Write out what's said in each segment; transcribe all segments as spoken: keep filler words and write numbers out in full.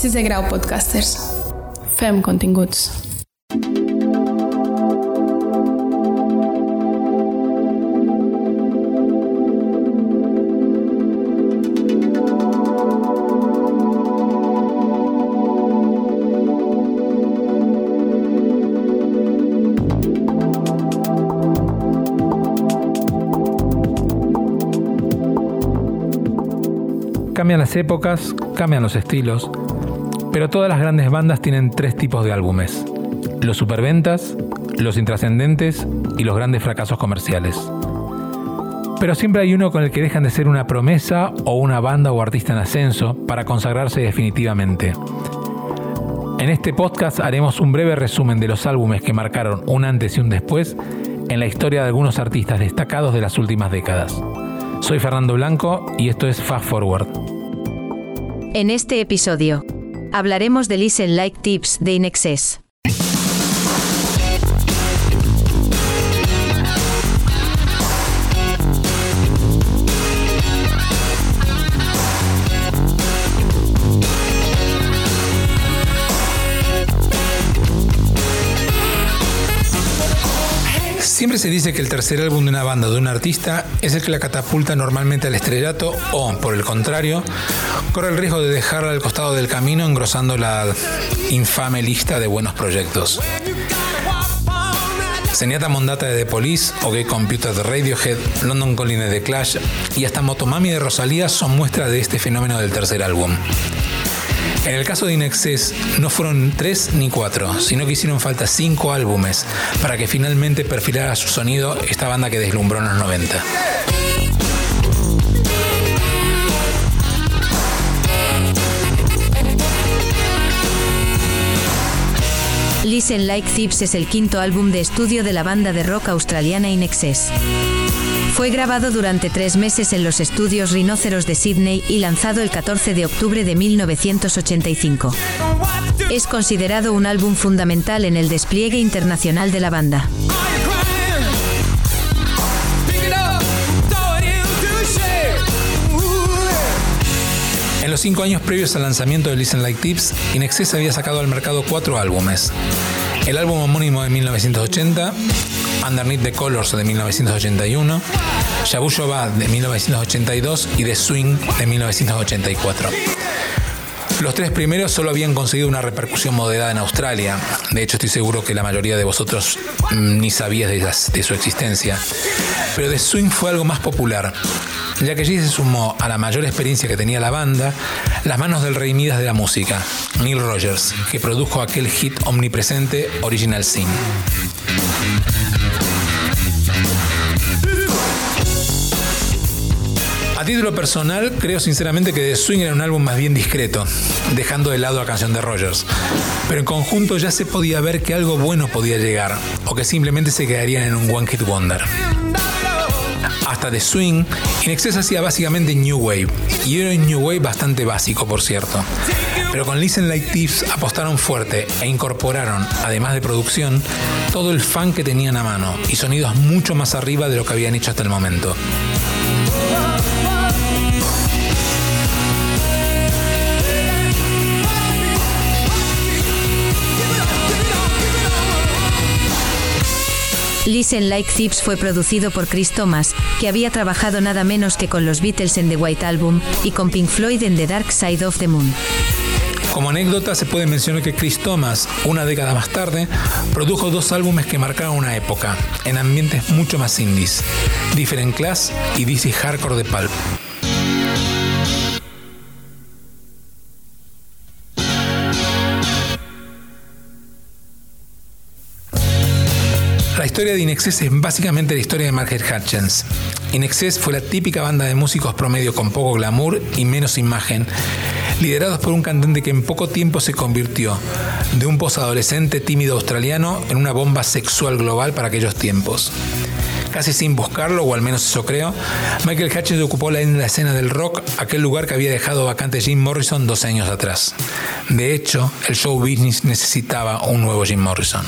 Sisè Grau Podcasters. Fem continguts. Cambian las épocas, cambian los estilos, pero todas las grandes bandas tienen tres tipos de álbumes: los superventas, los intrascendentes y los grandes fracasos comerciales. Pero siempre hay uno con el que dejan de ser una promesa o una banda o artista en ascenso para consagrarse definitivamente. En este podcast haremos un breve resumen de los álbumes que marcaron un antes y un después en la historia de algunos artistas destacados de las últimas décadas. Soy Fernando Blanco y esto es Fast Forward. En este episodio, hablaremos de Listen Like Tips de In Excess. Siempre se dice que el tercer álbum de una banda o de un artista es el que la catapulta normalmente al estrellato o, por el contrario, corre el riesgo de dejarla al costado del camino engrosando la infame lista de buenos proyectos. Zenyatta Mondatta de The Police, OK Computer de Radiohead, London Calling de The Clash y hasta Motomami de Rosalía son muestras de este fenómeno del tercer álbum. En el caso de In Excess no fueron tres ni cuatro, sino que hicieron falta cinco álbumes para que finalmente perfilara su sonido esta banda que deslumbró en los noventa. Listen Like Thieves es el quinto álbum de estudio de la banda de rock australiana In Excess. Fue grabado durante tres meses en los estudios Rhinoceros de Sydney y lanzado el catorce de octubre de mil novecientos ochenta y cinco. Es considerado un álbum fundamental en el despliegue internacional de la banda. En los cinco años previos al lanzamiento de Listen Like Tips, In Excess había sacado al mercado cuatro álbumes. El álbum homónimo de mil novecientos ochenta, Underneath the Colors de mil novecientos ochenta y uno, Jabu Joba de mil novecientos ochenta y dos y The Swing de mil novecientos ochenta y cuatro. Los tres primeros solo habían conseguido una repercusión moderada en Australia. De hecho, estoy seguro que la mayoría de vosotros mmm, ni sabíais de, las, de su existencia. Pero The Swing fue algo más popular, ya que allí se sumó a la mayor experiencia que tenía la banda las manos del rey Midas de la música, Neil Rogers, que produjo aquel hit omnipresente Original Sin. A título personal, creo sinceramente que The Swing era un álbum más bien discreto, dejando de lado a Canción de Rogers. Pero en conjunto ya se podía ver que algo bueno podía llegar, o que simplemente se quedarían en un One Hit Wonder. Hasta The Swing, In Excess hacía básicamente New Wave, y era un New Wave bastante básico, por cierto. Pero con Listen Like Thieves apostaron fuerte e incorporaron, además de producción, todo el funk que tenían a mano, y sonidos mucho más arriba de lo que habían hecho hasta el momento. Listen Like Thieves fue producido por Chris Thomas, que había trabajado nada menos que con los Beatles en The White Album y con Pink Floyd en The Dark Side of the Moon. Como anécdota se puede mencionar que Chris Thomas, una década más tarde, produjo dos álbumes que marcaron una época, en ambientes mucho más indies, Different Class y This Is Hardcore de Pulp. La historia de In Excess es básicamente la historia de Margaret Hutchins. In Excess fue la típica banda de músicos promedio con poco glamour y menos imagen, liderados por un cantante que en poco tiempo se convirtió de un posadolescente tímido australiano en una bomba sexual global para aquellos tiempos. Casi sin buscarlo, o al menos eso creo, Michael Hutchins ocupó la escena del rock, aquel lugar que había dejado vacante Jim Morrison doce años atrás. De hecho, el show business necesitaba un nuevo Jim Morrison.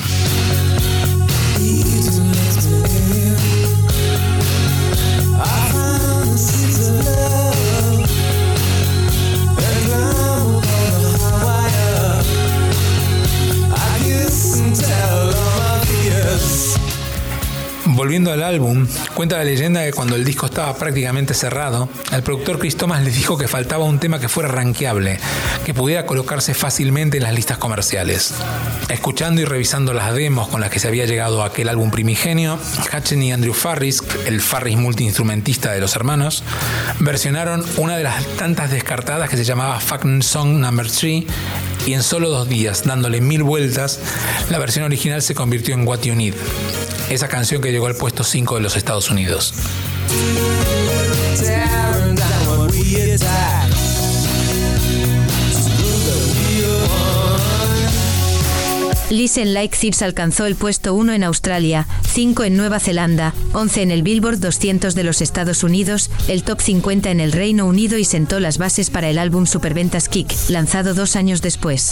Volviendo al álbum, cuenta la leyenda que cuando el disco estaba prácticamente cerrado, el productor Chris Thomas les dijo que faltaba un tema que fuera rankeable, que pudiera colocarse fácilmente en las listas comerciales. Escuchando y revisando las demos con las que se había llegado a aquel álbum primigenio, Hutchins y Andrew Farris, el Farris multiinstrumentista de los hermanos, versionaron una de las tantas descartadas que se llamaba Fucking Song Number tres, y en solo dos días, dándole mil vueltas, la versión original se convirtió en What You Need, esa canción que llegó al puesto cinco de los Estados Unidos. Listen Like Thieves alcanzó el puesto uno en Australia, cinco en Nueva Zelanda, once en el Billboard doscientos de los Estados Unidos, el top cincuenta en el Reino Unido y sentó las bases para el álbum Superventas Kick, lanzado dos años después.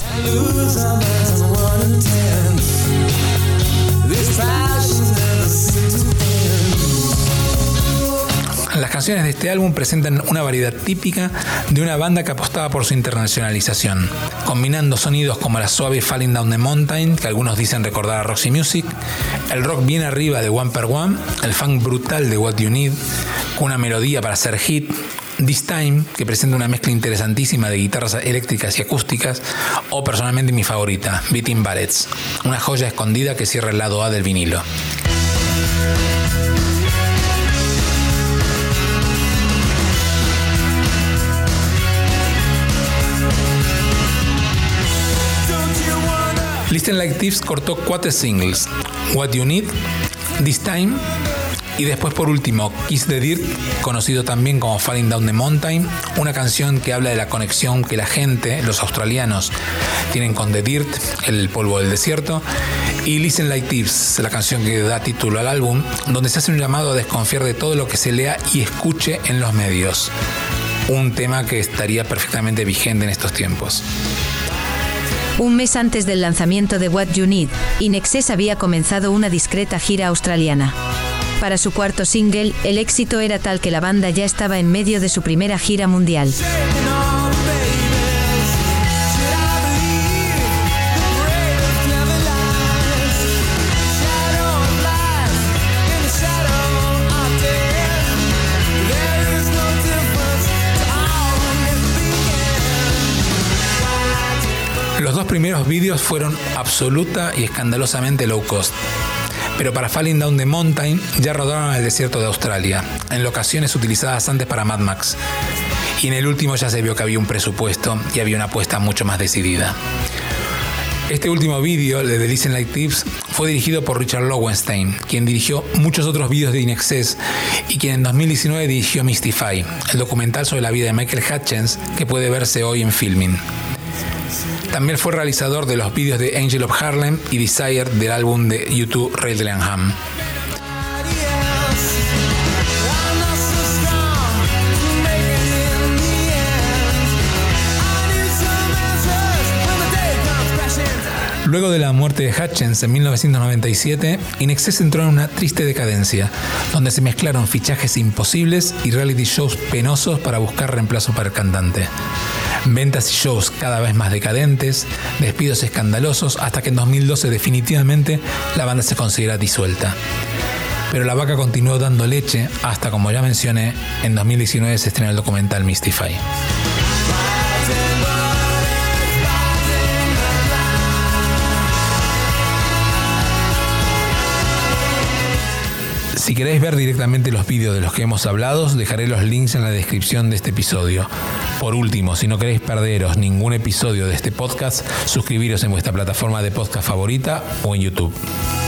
Las canciones de este álbum presentan una variedad típica de una banda que apostaba por su internacionalización, combinando sonidos como la suave Falling Down the Mountain, que algunos dicen recordar a Roxy Music, el rock bien arriba de One Per One, el funk brutal de What You Need, con una melodía para hacer hit, This Time, que presenta una mezcla interesantísima de guitarras eléctricas y acústicas, o personalmente mi favorita, Beating Ballets, una joya escondida que cierra el lado A del vinilo. Listen Like Thieves cortó cuatro singles: What You Need, This Time y después por último Kiss the Dirt, conocido también como Falling Down the Mountain, una canción que habla de la conexión que la gente, los australianos, tienen con The Dirt, el polvo del desierto, y Listen Like Thieves, la canción que da título al álbum, donde se hace un llamado a desconfiar de todo lo que se lea y escuche en los medios, un tema que estaría perfectamente vigente en estos tiempos. Un mes antes del lanzamiento de What You Need, I N X S había comenzado una discreta gira australiana. Para su cuarto single, el éxito era tal que la banda ya estaba en medio de su primera gira mundial. Los dos primeros vídeos fueron absoluta y escandalosamente low cost, pero para Falling Down the Mountain ya rodaron en el desierto de Australia, en locaciones utilizadas antes para Mad Max, y en el último ya se vio que había un presupuesto y había una apuesta mucho más decidida. Este último vídeo, el de Listen Like Thieves, fue dirigido por Richard Lowenstein, quien dirigió muchos otros vídeos de I N X S y quien en dos mil diecinueve dirigió Mystify, el documental sobre la vida de Michael Hutchins que puede verse hoy en Filmin. También fue realizador de los vídeos de Angel of Harlem y Desire del álbum de U dos Rattle and Hum. Luego de la muerte de Hutchins en mil novecientos noventa y siete, I N X S entró en una triste decadencia, donde se mezclaron fichajes imposibles y reality shows penosos para buscar reemplazo para el cantante. Ventas y shows cada vez más decadentes, despidos escandalosos, hasta que en dos mil doce definitivamente la banda se considera disuelta. Pero la vaca continuó dando leche hasta, como ya mencioné, en dos mil diecinueve se estrenó el documental Mystify. Si queréis ver directamente los vídeos de los que hemos hablado, dejaré los links en la descripción de este episodio. Por último, si no queréis perderos ningún episodio de este podcast, suscribiros en vuestra plataforma de podcast favorita o en YouTube.